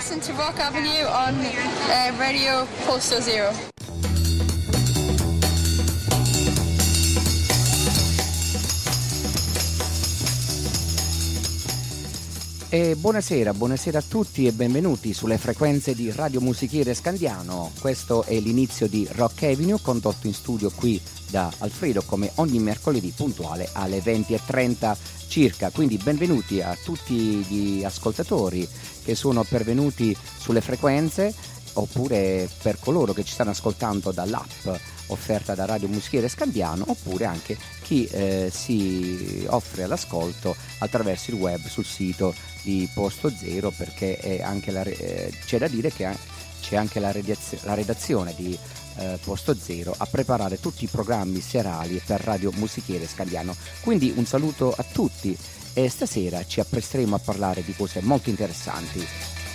listen to Rock Avenue on Radio Posto Zero. Buonasera a tutti e benvenuti sulle frequenze di Radio Musichiere Scandiano. Questo è l'inizio di Rock Avenue, condotto in studio qui da Alfredo come ogni mercoledì puntuale alle 20:30 circa. Quindi benvenuti a tutti gli ascoltatori che sono pervenuti sulle frequenze, oppure per coloro che ci stanno ascoltando dall'app offerta da Radio Musichiere Scandiano, oppure anche chi si offre all'ascolto attraverso il web sul sito di Posto Zero, perché è anche c'è da dire che c'è anche la redazione di Posto Zero a preparare tutti i programmi serali per Radio Musichiere Scandiano. Quindi un saluto a tutti e stasera ci appresteremo a parlare di cose molto interessanti.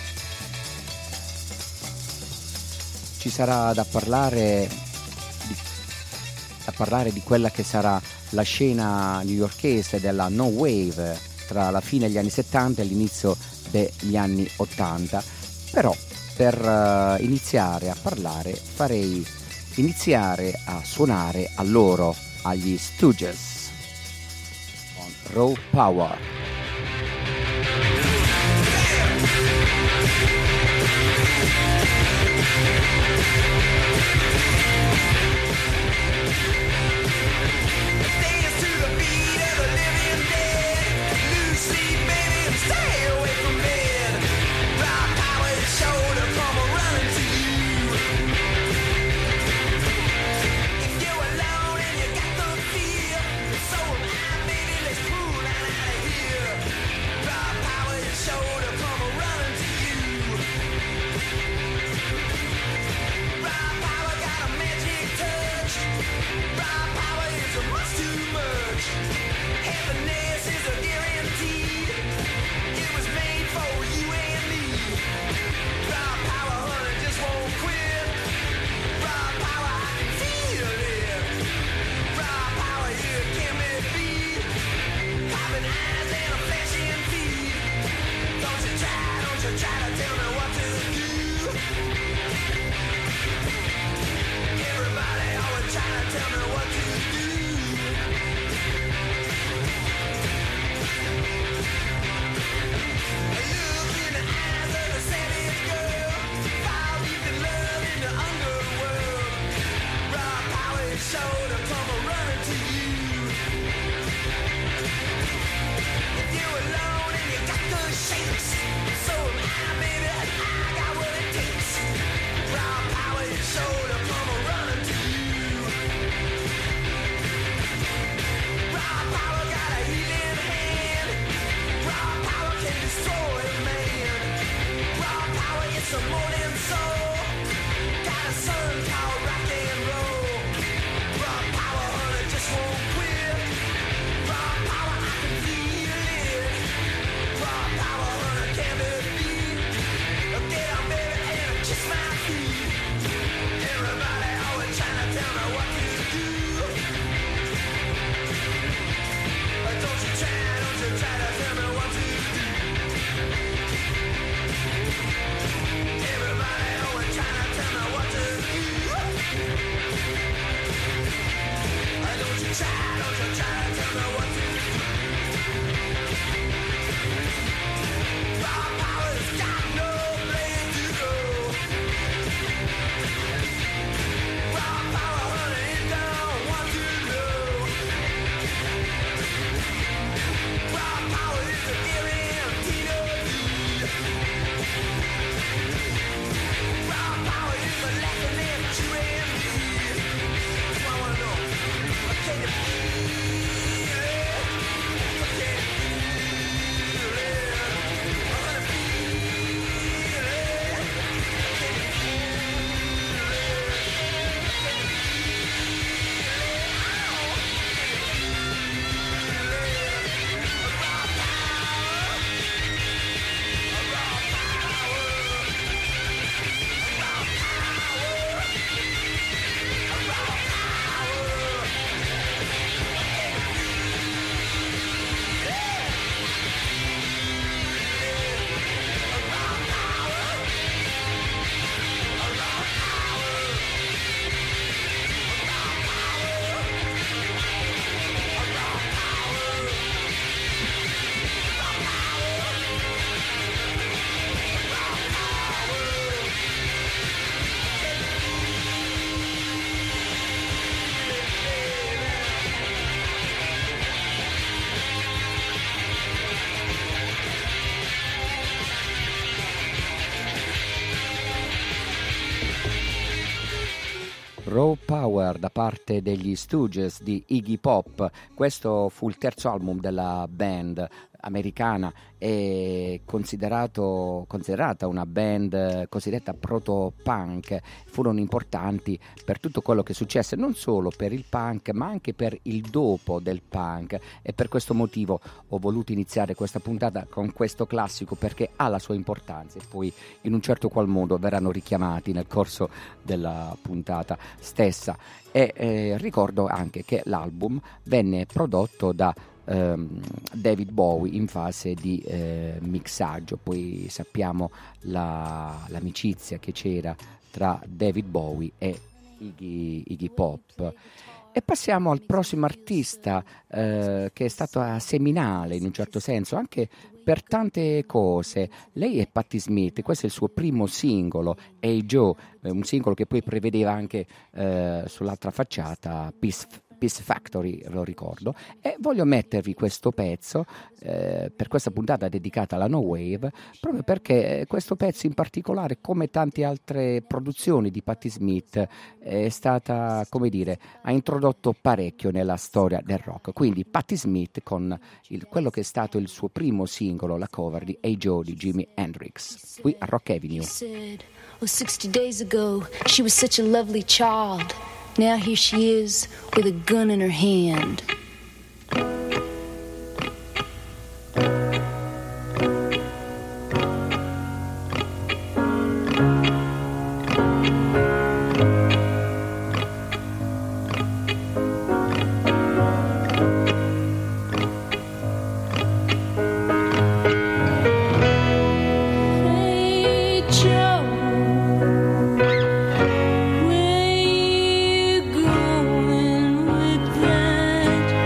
Ci sarà da parlare di quella che sarà la scena newyorkese della No Wave tra la fine degli anni 70 e l'inizio degli anni 80. Però per iniziare a parlare farei iniziare a suonare a loro, agli Stooges, con Raw Power. Everybody Raw Power da parte degli Stooges di Iggy Pop. Questo fu il terzo album della band americana e considerata una band cosiddetta proto-punk. Furono importanti per tutto quello che successe, non solo per il punk ma anche per il dopo del punk, e per questo motivo ho voluto iniziare questa puntata con questo classico, perché ha la sua importanza e poi in un certo qual modo verranno richiamati nel corso della puntata stessa. E ricordo anche che l'album venne prodotto da David Bowie in fase di mixaggio. Poi sappiamo l'amicizia che c'era tra David Bowie e Iggy Pop. E passiamo al prossimo artista che è stato seminale in un certo senso anche per tante cose. Lei è Patti Smith, questo è il suo primo singolo, Hey Joe, un singolo che poi prevedeva anche sull'altra facciata Peace Factory, lo ricordo, e voglio mettervi questo pezzo per questa puntata dedicata alla No Wave, proprio perché questo pezzo in particolare, come tante altre produzioni di Patti Smith, è stata, come dire, ha introdotto parecchio nella storia del rock. Quindi Patti Smith con quello che è stato il suo primo singolo, la cover di Hey Joe di Jimi Hendrix, qui a Rock Avenue. 60 days ago she was such a lovely child. Now here she is with a gun in her hand. Where you going with that?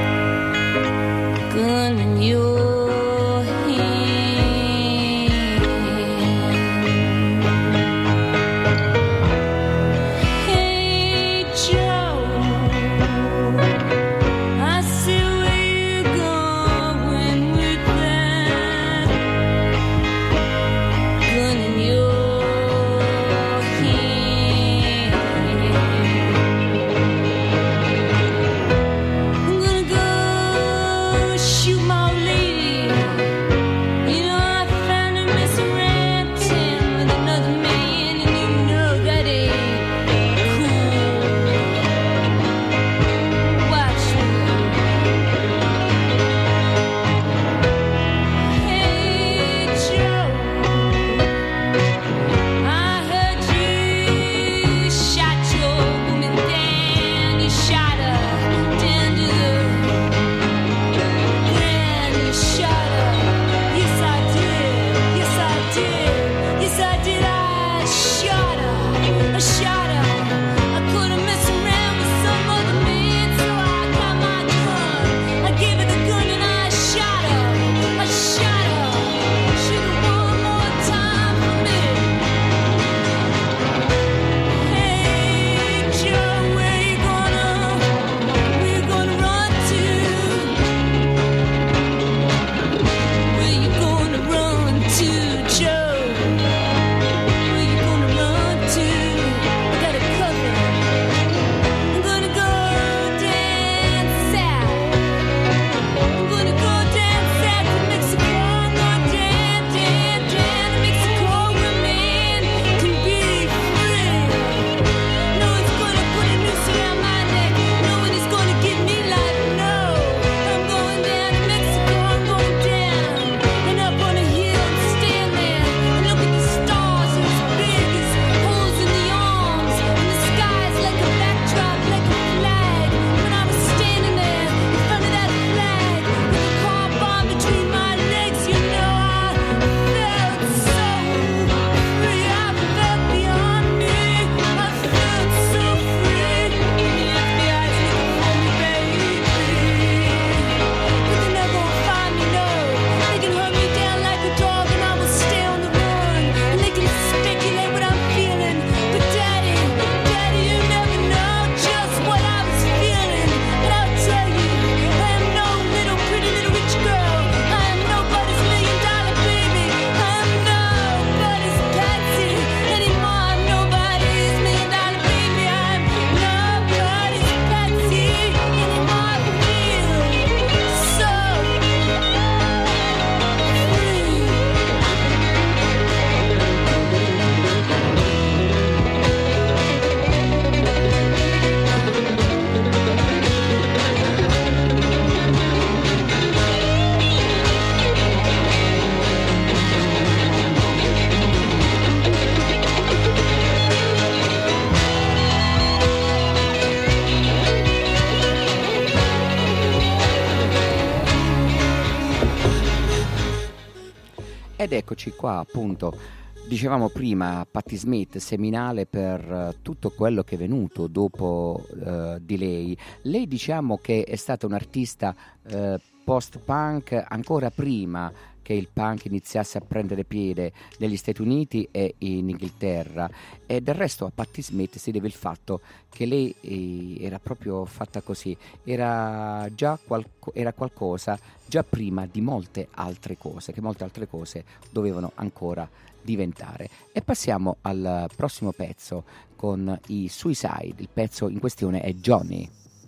eccoci qua appunto. Dicevamo prima, Patti Smith, seminale per tutto quello che è venuto dopo di lei. Lei diciamo che è stata un'artista post-punk ancora prima che il punk iniziasse a prendere piede negli Stati Uniti e in Inghilterra, e del resto a Patti Smith si deve il fatto che lei era proprio fatta così, era qualcosa già prima di molte altre cose, che molte altre cose dovevano ancora diventare. E passiamo al prossimo pezzo con i Suicide. Il pezzo in questione è Johnny.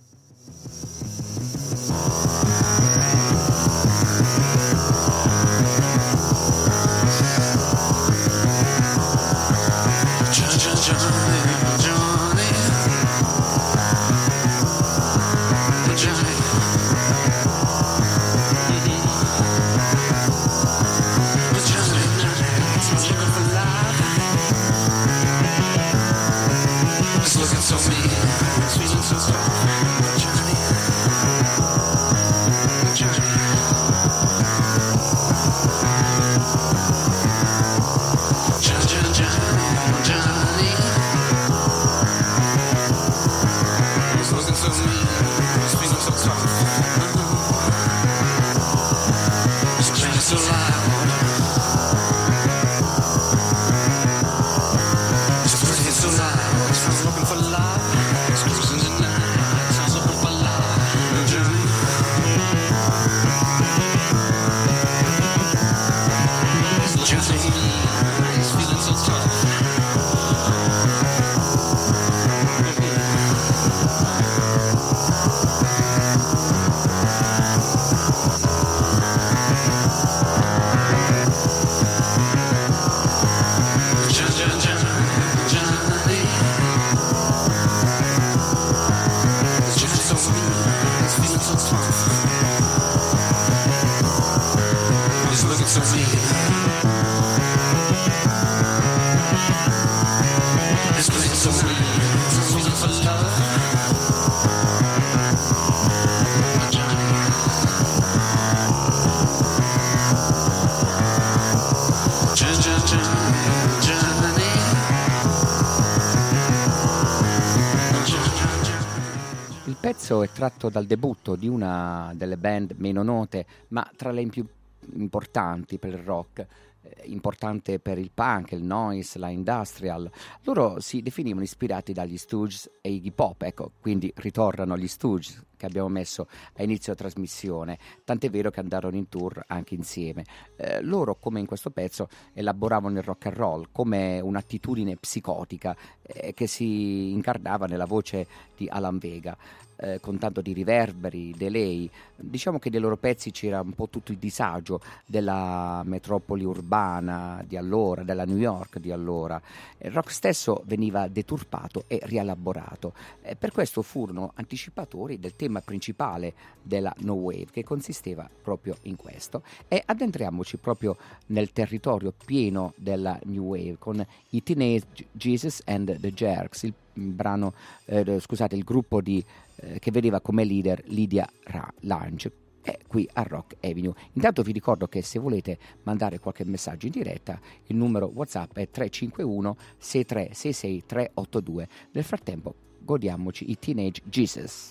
Il pezzo è tratto dal debutto di una delle band meno note, ma tra le più importanti per il rock, importante per il punk, il noise, la industrial. Loro si definivano ispirati dagli Stooges e Iggy Pop, ecco, quindi ritornano gli Stooges che abbiamo messo a inizio trasmissione, tant'è vero che andarono in tour anche insieme. Loro, come in questo pezzo, elaboravano il rock and roll come un'attitudine psicotica che si incarnava nella voce di Alan Vega, con tanto di riverberi, delay. Diciamo che nei loro pezzi c'era un po' tutto il disagio della metropoli urbana di allora, della New York di allora. Il rock stesso veniva deturpato e rielaborato, per questo furono anticipatori del tema principale della No Wave, che consisteva proprio in questo. E addentriamoci proprio nel territorio pieno della New Wave con i Teenage Jesus and the Jerks, il gruppo che vedeva come leader Lydia Lunch, qui a Rock Avenue. Intanto vi ricordo che se volete mandare qualche messaggio in diretta, il numero WhatsApp è 351 6366 382. Nel frattempo godiamoci i Teenage Jesus.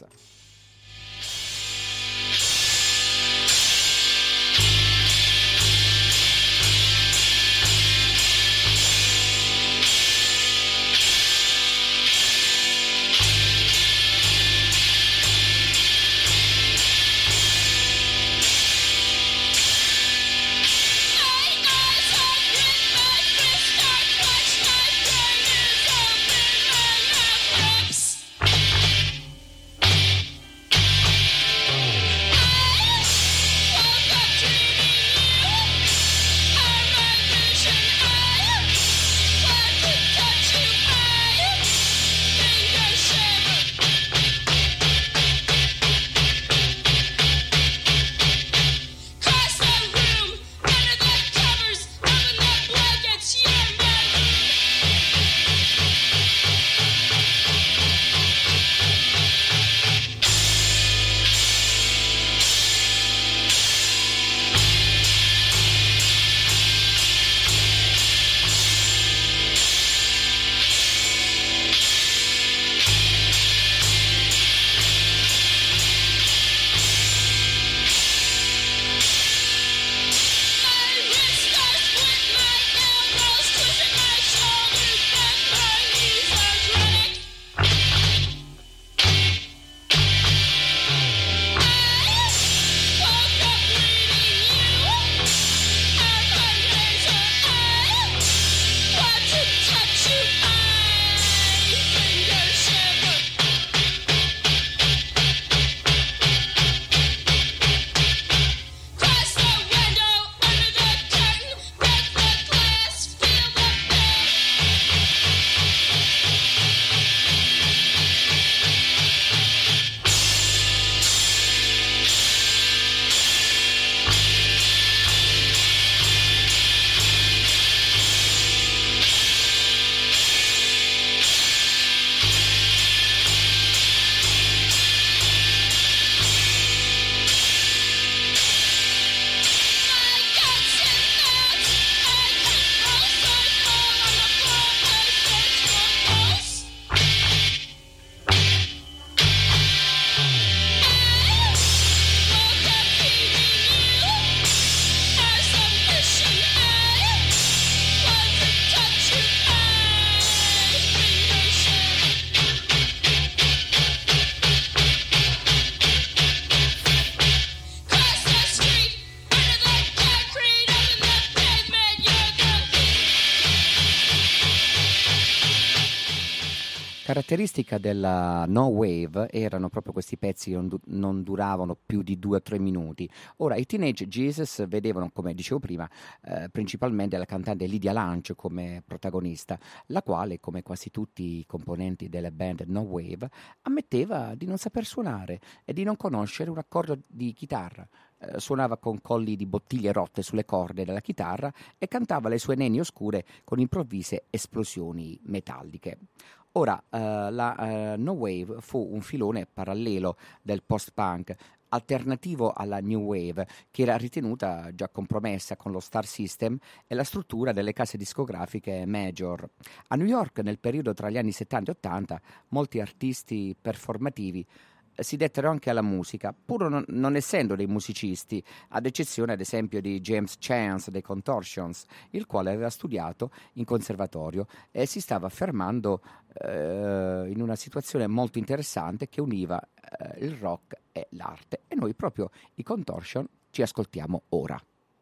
Caratteristica della no wave erano proprio questi pezzi che non duravano più di 2 o 3 minuti. Ora, i Teenage Jesus vedevano, come dicevo prima, principalmente la cantante Lydia Lunch come protagonista, la quale, come quasi tutti i componenti delle band no wave, ammetteva di non saper suonare e di non conoscere un accordo di chitarra. Suonava con colli di bottiglie rotte sulle corde della chitarra e cantava le sue neni oscure con improvvise esplosioni metalliche. Ora, la no wave fu un filone parallelo del post-punk, alternativo alla new wave, che era ritenuta già compromessa con lo star system e la struttura delle case discografiche major. A New York, nel periodo tra gli anni 70 e 80, molti artisti performativi si dettero anche alla musica, pur non essendo dei musicisti, ad eccezione ad esempio di James Chance dei Contortions, il quale aveva studiato in conservatorio e si stava affermando in una situazione molto interessante che univa il rock e l'arte. E noi proprio i Contortion ci ascoltiamo ora.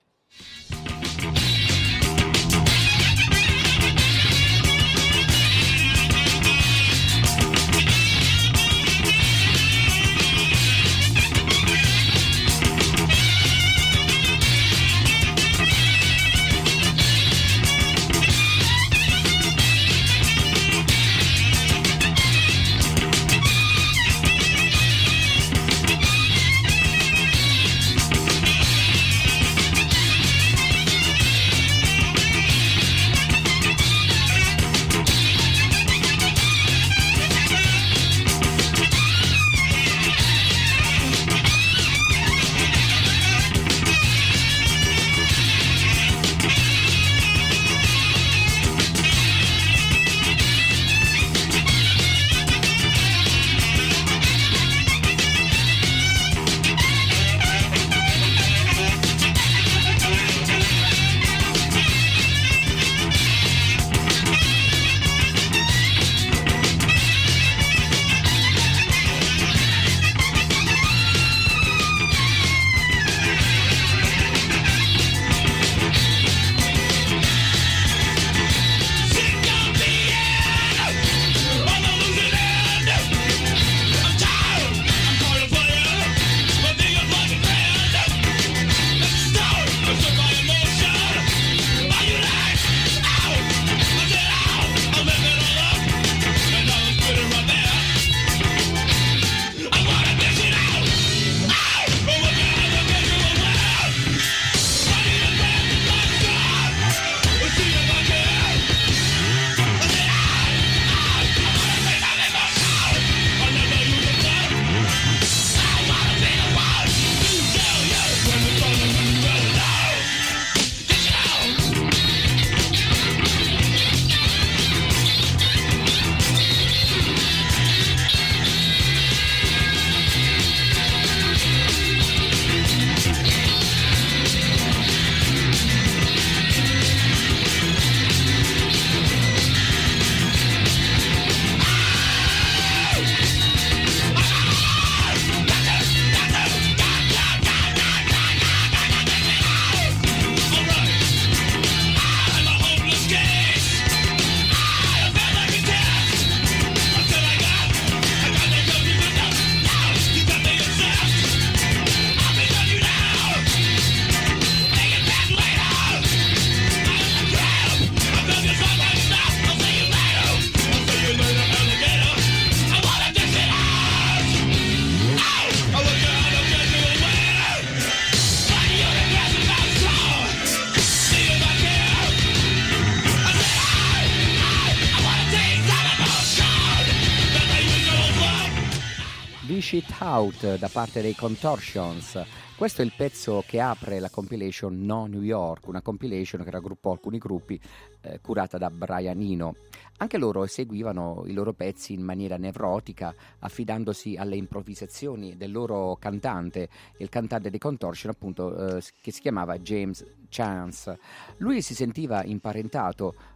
It Out da parte dei Contortions. Questo è il pezzo che apre la compilation No New York, una compilation che raggruppò alcuni gruppi curata da Brian Eno. Anche loro eseguivano i loro pezzi in maniera nevrotica, affidandosi alle improvvisazioni del loro cantante, il cantante dei Contortion appunto, che si chiamava James Chance. Lui si sentiva imparentato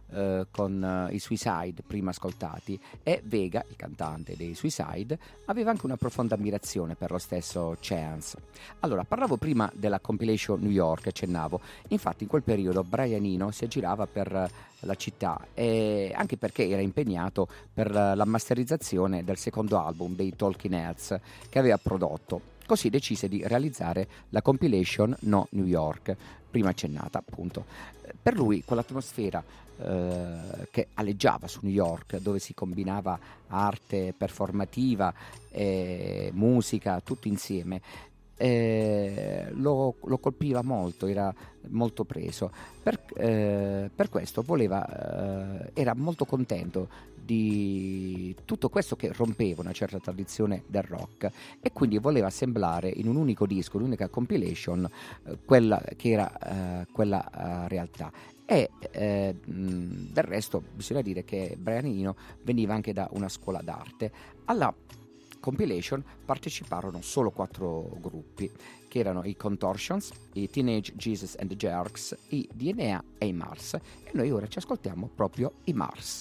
con i Suicide prima ascoltati, e Vega, il cantante dei Suicide, aveva anche una profonda ammirazione per lo stesso Chance. Allora, parlavo prima della compilation New York, accennavo, infatti in quel periodo Brian Eno si aggirava per la città, e anche perché era impegnato per la masterizzazione del secondo album dei Talking Heads che aveva prodotto. Così decise di realizzare la compilation No New York, prima accennata appunto. Per lui quell'atmosfera che aleggiava su New York, dove si combinava arte performativa e musica tutto insieme, lo colpiva molto, era molto preso. Per questo era molto contento di tutto questo che rompeva una certa tradizione del rock, e quindi voleva assemblare in un unico disco, un'unica compilation, quella che era quella realtà. E del resto bisogna dire che Brian Eno veniva anche da una scuola d'arte. Alla compilation parteciparono solo 4 gruppi, che erano i Contortions, i Teenage Jesus and the Jerks, i DNA e i Mars, e noi ora ci ascoltiamo proprio i Mars.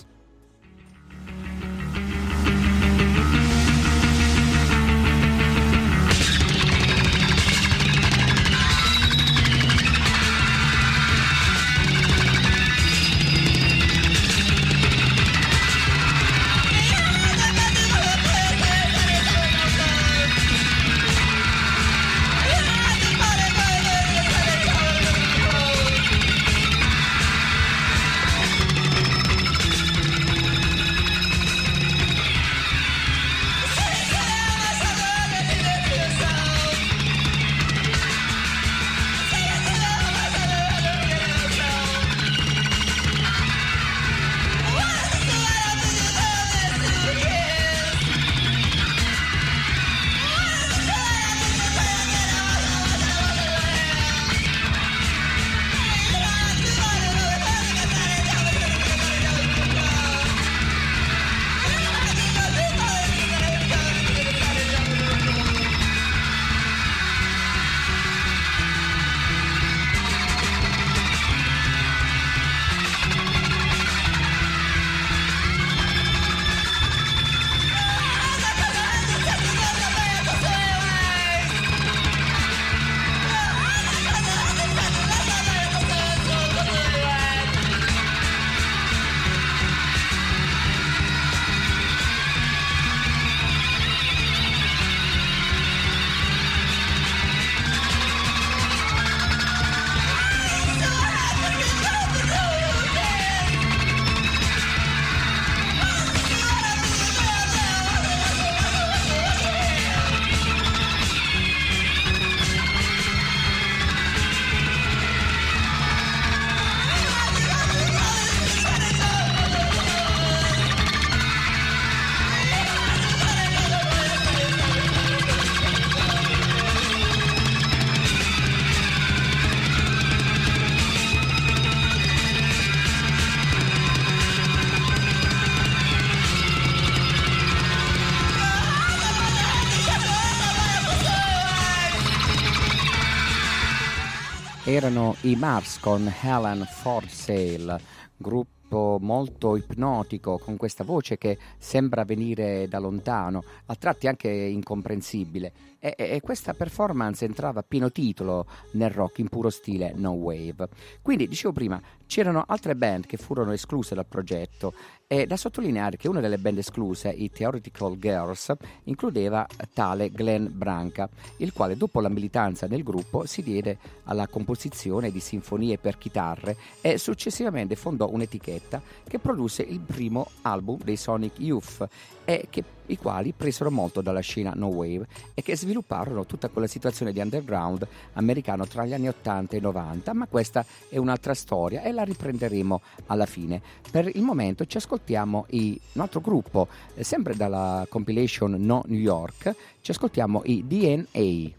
Erano i Mars con Helen Forsale, gruppo molto ipnotico, con questa voce che sembra venire da lontano, a tratti anche incomprensibile, e questa performance entrava a pieno titolo nel rock in puro stile no wave. Quindi, dicevo prima, c'erano altre band che furono escluse dal progetto, e da sottolineare che una delle band escluse, i Theoretical Girls, includeva tale Glenn Branca, il quale dopo la militanza nel gruppo si diede alla composizione di sinfonie per chitarre e successivamente fondò un'etichetta che produsse il primo album dei Sonic Youth, i quali presero molto dalla scena no wave e che svilupparono tutta quella situazione di underground americano tra gli anni 80 e 90, ma questa è un'altra storia e la riprenderemo alla fine. Per il momento ci ascoltiamo un altro gruppo, sempre dalla compilation No New York, ci ascoltiamo i DNA.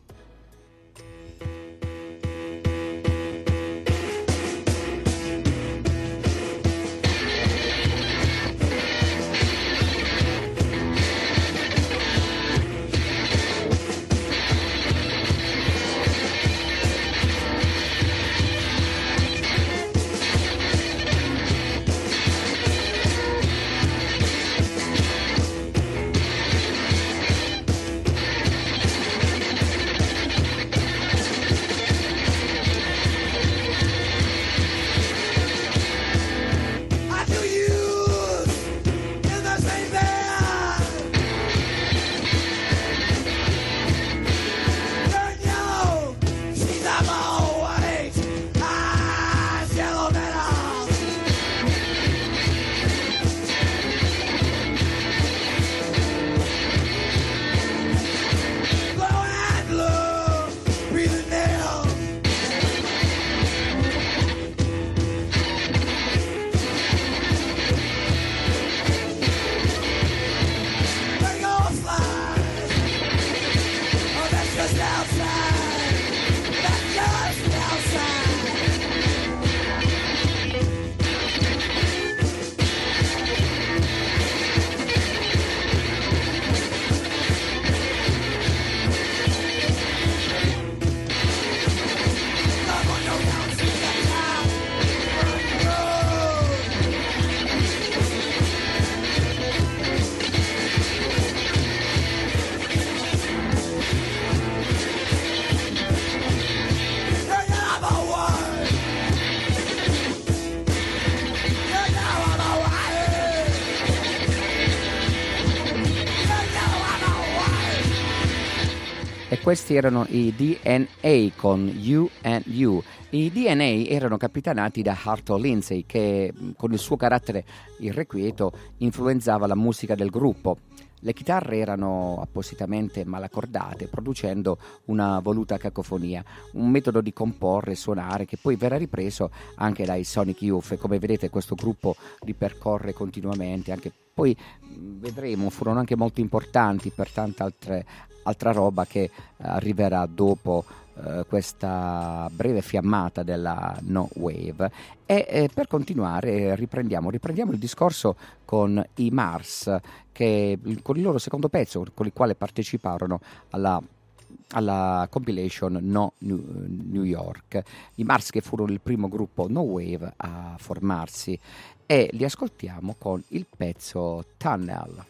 Questi erano i DNA con You and You. I DNA erano capitanati da Arthur Lindsay, che con il suo carattere irrequieto influenzava la musica del gruppo. Le chitarre erano appositamente malaccordate, producendo una voluta cacofonia, un metodo di comporre e suonare che poi verrà ripreso anche dai Sonic Youth, e come vedete questo gruppo ripercorre continuamente, anche poi vedremo furono anche molto importanti per tanta altra roba che arriverà dopo questa breve fiammata della No Wave. E per continuare riprendiamo il discorso con i Mars, che con il loro secondo pezzo con il quale parteciparono alla compilation No New York. I Mars, che furono il primo gruppo No Wave a formarsi, e li ascoltiamo con il pezzo Tunnel.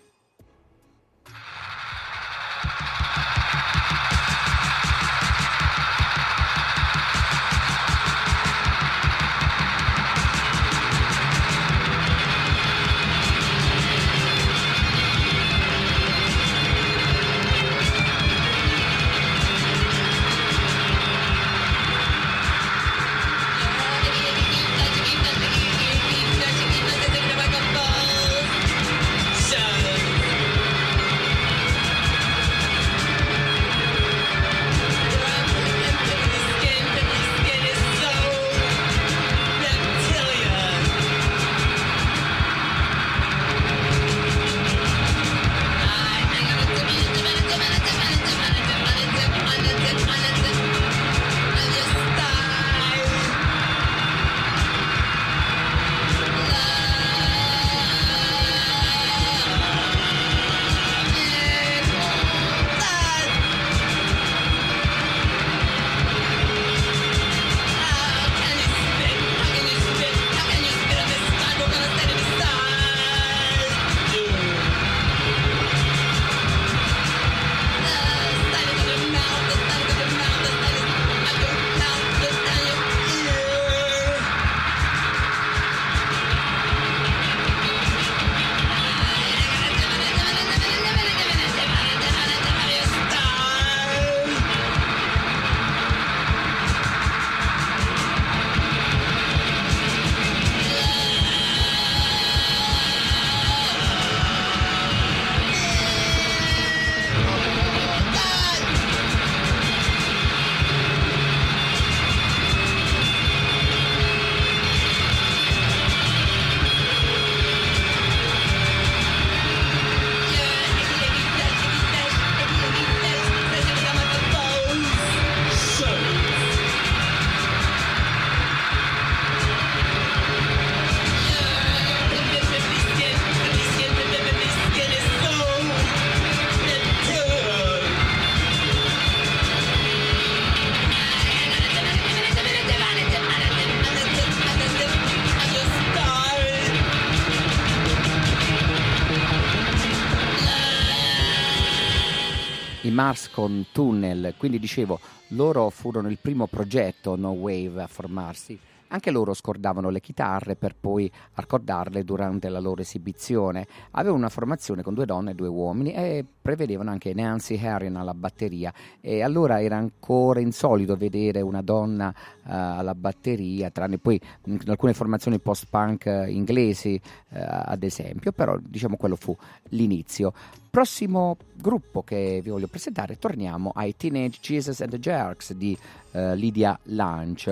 Mars con Tunnel, quindi dicevo, loro furono il primo progetto No Wave a formarsi. Anche loro scordavano le chitarre per poi accordarle durante la loro esibizione. Avevano una formazione con 2 donne e 2 uomini e prevedevano anche Nancy Herring alla batteria, e allora era ancora insolito vedere una donna alla batteria, tranne poi in alcune formazioni post-punk inglesi ad esempio, però diciamo quello fu l'inizio. Prossimo gruppo che vi voglio presentare, torniamo ai Teenage Jesus and the Jerks di Lydia Lunch,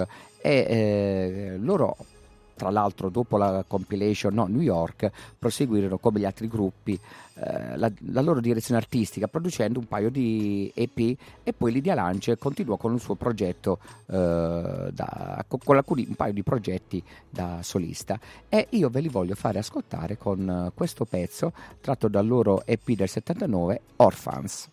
e loro tra l'altro dopo la compilation New York proseguirono come gli altri gruppi la loro direzione artistica, producendo un paio di EP, e poi Lydia Lunch continuò con il suo progetto con un paio di progetti da solista, e io ve li voglio fare ascoltare con questo pezzo tratto dal loro EP del 79, Orphans.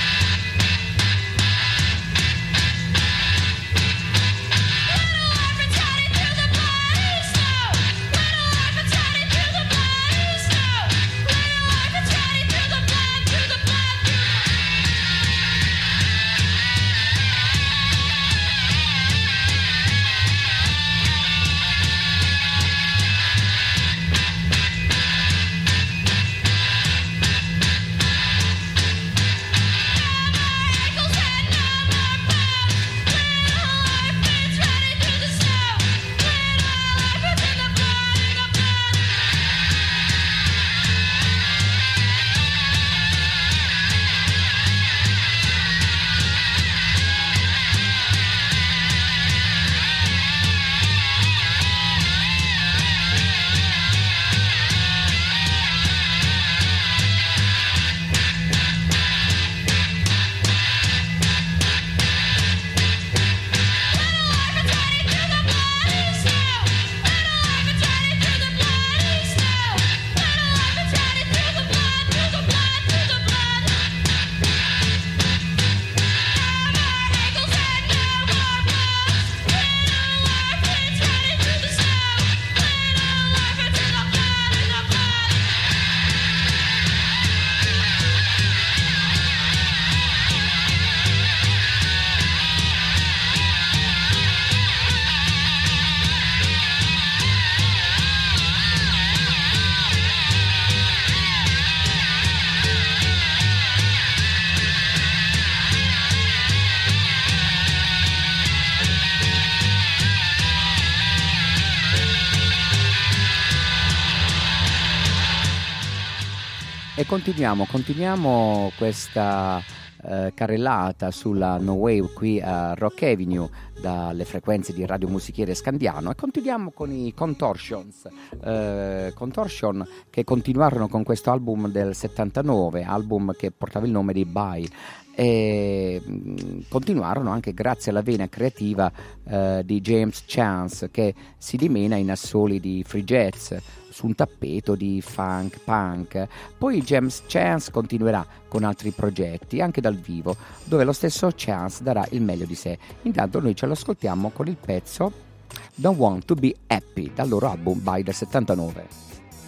Little orphan E continuiamo questa carrellata sulla No Wave qui a Rock Avenue dalle frequenze di Radio Musichiere Scandiano, e continuiamo con i Contortion che continuarono con questo album del 79, album che portava il nome di Bye, e continuarono anche grazie alla vena creativa di James Chance, che si dimena in assoli di free jazz su un tappeto di funk punk. Poi James Chance continuerà con altri progetti anche dal vivo, dove lo stesso Chance darà il meglio di sé. Intanto noi ce lo ascoltiamo con il pezzo Don't Want to Be Happy dal loro album Bye del 79.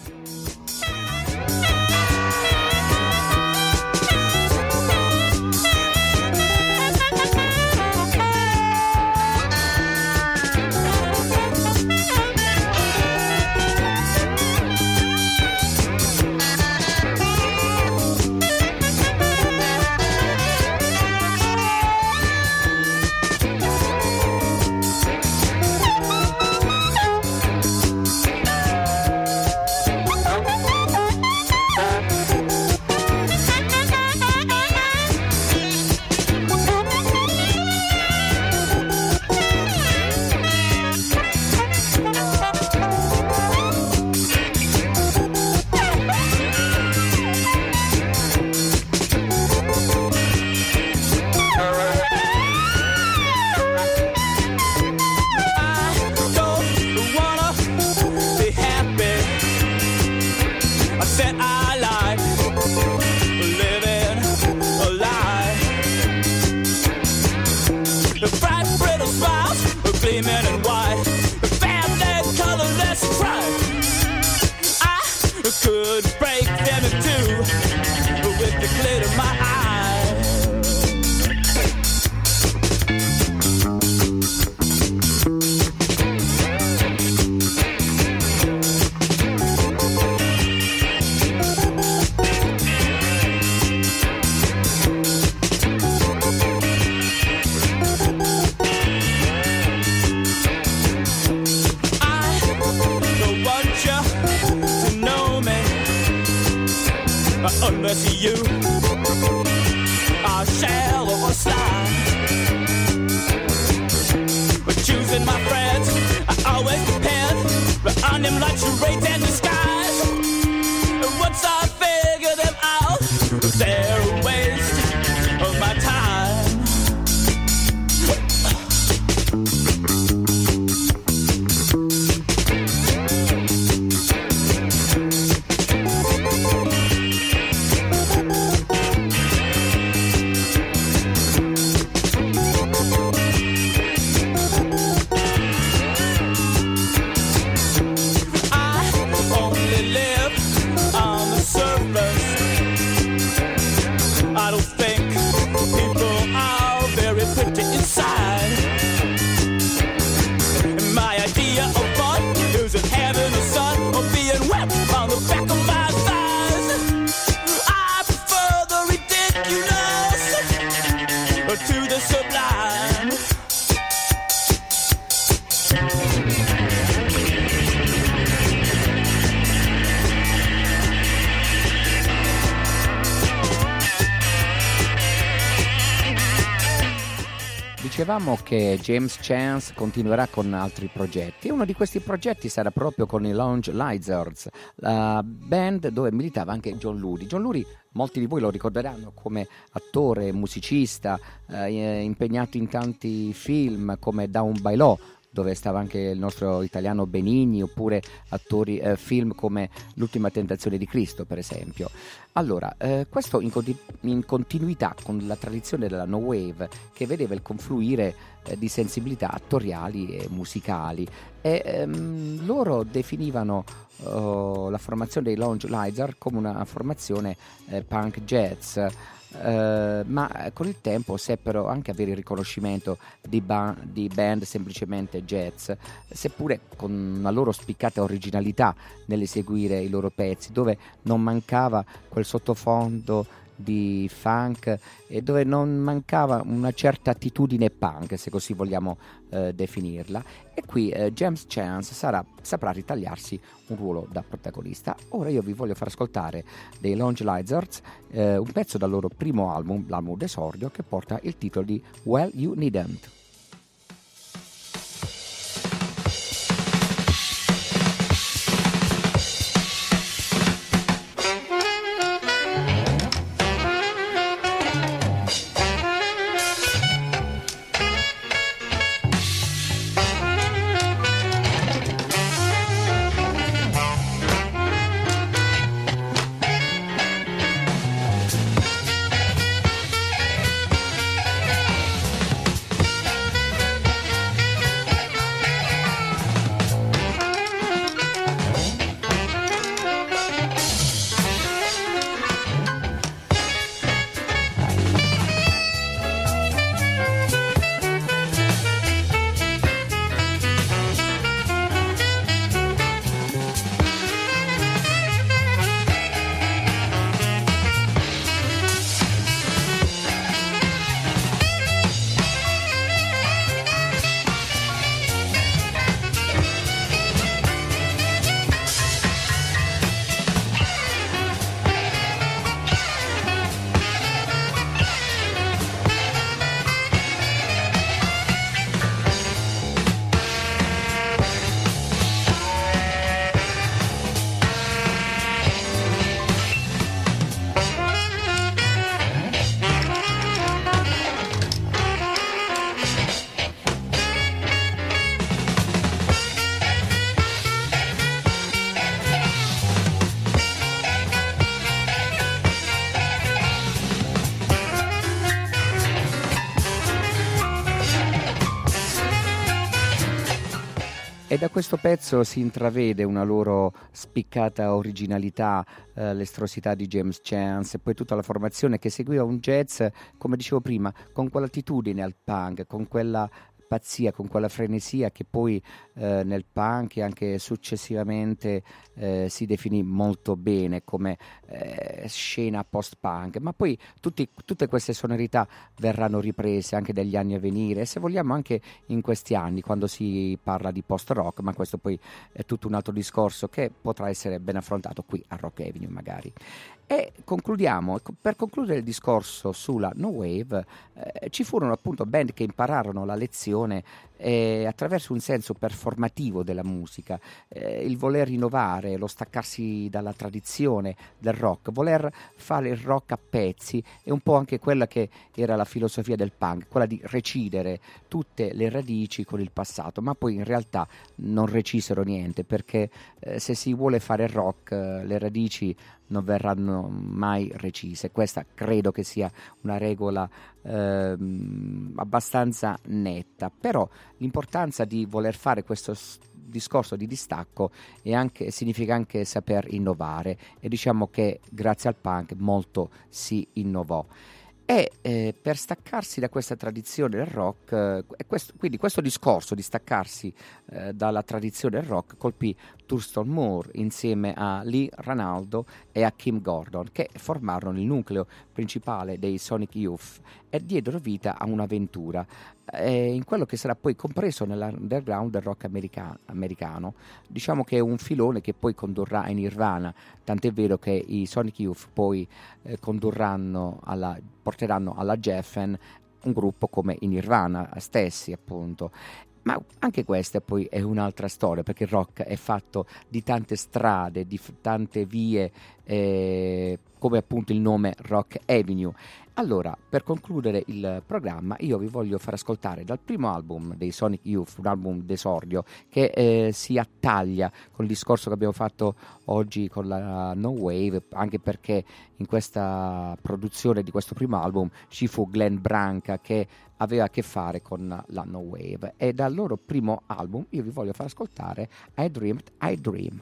Unless you are shallow or slime, but choosing my friends, I always depend on them like charades and disguise. And once I figure them out, they're a waste of my time. Dicevamo che James Chance continuerà con altri progetti, e uno di questi progetti sarà proprio con i Lounge Lizards, la band dove militava anche John Lurie. John Lurie, molti di voi lo ricorderanno come attore, musicista, impegnato in tanti film come Down by Law, dove stava anche il nostro italiano Benigni, oppure film come L'ultima tentazione di Cristo, per esempio. Allora, questo in continuità con la tradizione della No Wave, che vedeva il confluire di sensibilità attoriali e musicali, e loro definivano la formazione dei Lounge Lizard come una formazione punk jazz, ma con il tempo seppero anche avere il riconoscimento di band semplicemente jazz, seppure con una loro spiccata originalità nell'eseguire i loro pezzi, dove non mancava quel sottofondo di funk e dove non mancava una certa attitudine punk, se così vogliamo definirla, e qui James Chance saprà ritagliarsi un ruolo da protagonista. Ora io vi voglio far ascoltare dei Lounge Lizards, un pezzo dal loro primo album, l'album d'esordio, che porta il titolo di Well You Needn't. E da questo pezzo si intravede una loro spiccata originalità, l'estrosità di James Chance e poi tutta la formazione che seguiva un jazz, come dicevo prima, con quell'attitudine al punk, con quella pazzia, con quella frenesia che poi nel punk e anche successivamente si definì molto bene come scena post-punk, ma poi tutte queste sonorità verranno riprese anche dagli anni a venire e se vogliamo anche in questi anni quando si parla di post-rock, ma questo poi è tutto un altro discorso che potrà essere ben affrontato qui a Rock Avenue magari. E concludiamo, per concludere il discorso sulla No Wave, ci furono appunto band che impararono la lezione attraverso un senso performativo della musica, il voler innovare, lo staccarsi dalla tradizione del rock, voler fare il rock a pezzi e un po' anche quella che era la filosofia del punk, quella di recidere tutte le radici con il passato, ma poi in realtà non recisero niente perché se si vuole fare rock le radici non verranno mai recise. Questa credo che sia una regola abbastanza netta, però l'importanza di voler fare questo discorso di distacco significa anche saper innovare e diciamo che grazie al punk molto si innovò. E per staccarsi da questa tradizione del rock, quindi questo discorso di staccarsi dalla tradizione del rock colpì Thurston Moore insieme a Lee Ranaldo e a Kim Gordon, che formarono il nucleo principale dei Sonic Youth e diedero vita a un'avventura in quello che sarà poi compreso nell'underground del rock americano. Diciamo che è un filone che poi condurrà in Nirvana, tant'è vero che i Sonic Youth poi porteranno alla Geffen un gruppo come i Nirvana stessi appunto. Ma anche questa poi è un'altra storia, perché il rock è fatto di tante strade, di tante vie, come appunto il nome Rock Avenue. Allora, per concludere il programma, io vi voglio far ascoltare dal primo album dei Sonic Youth, un album d'esordio che si attaglia con il discorso che abbiamo fatto oggi con la No Wave, anche perché in questa produzione di questo primo album ci fu Glenn Branca che aveva a che fare con la No Wave, e dal loro primo album io vi voglio far ascoltare I Dreamed I Dream.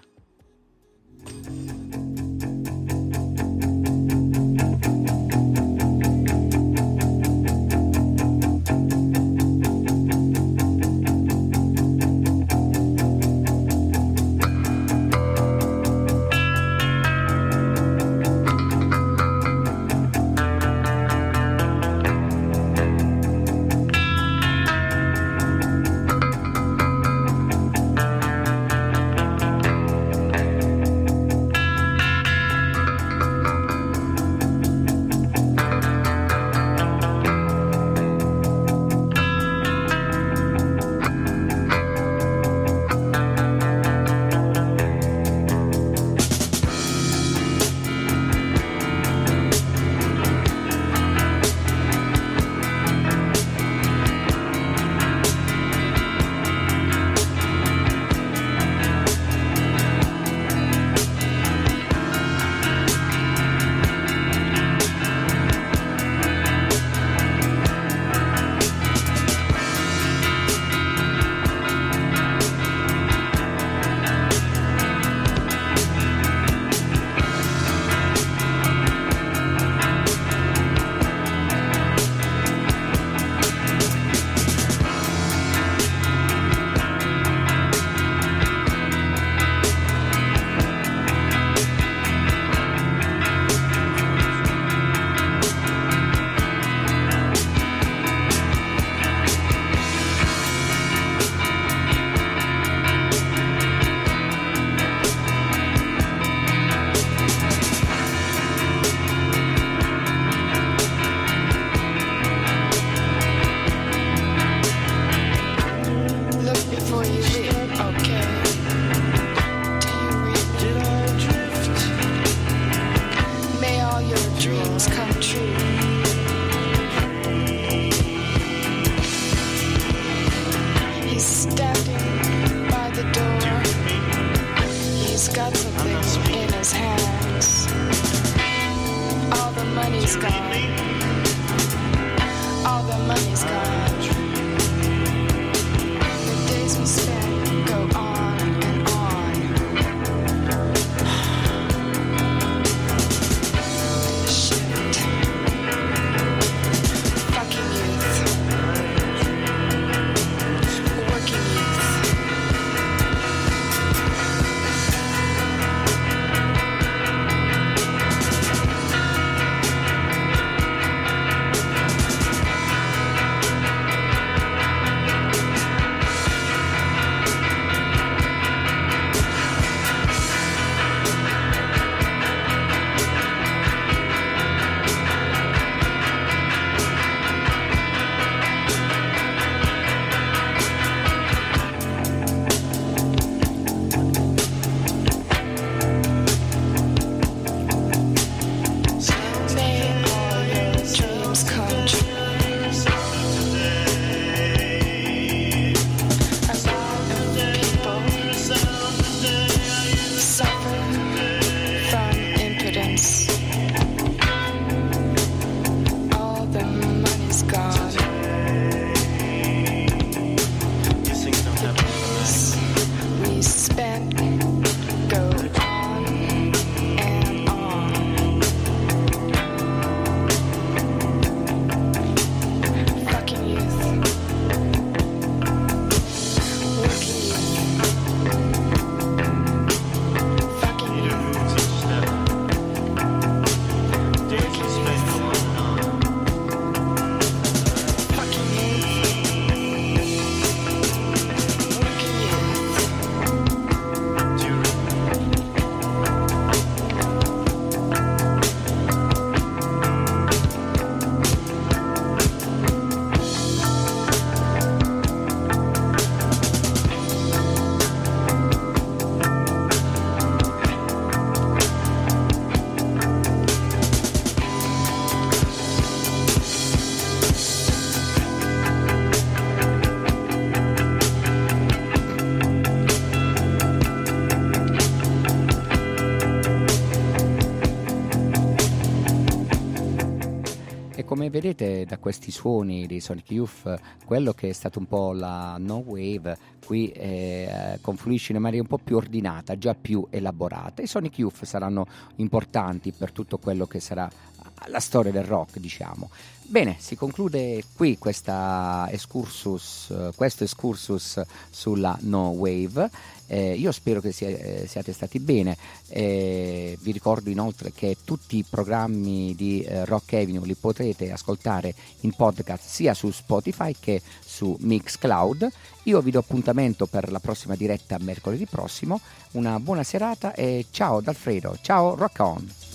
vedete da questi suoni dei Sonic Youth, quello che è stato un po' la no wave qui confluisce in una maniera un po' più ordinata, già più elaborata. I Sonic Youth saranno importanti per tutto quello che sarà la storia del rock, diciamo. Bene, si conclude qui questo excursus sulla no wave. Io spero che siate stati bene. Vi ricordo inoltre che tutti i programmi di Rock Avenue li potrete ascoltare in podcast sia su Spotify che su Mixcloud. Io vi do appuntamento per la prossima diretta mercoledì prossimo. Una buona serata e ciao da Alfredo. Ciao, rock on!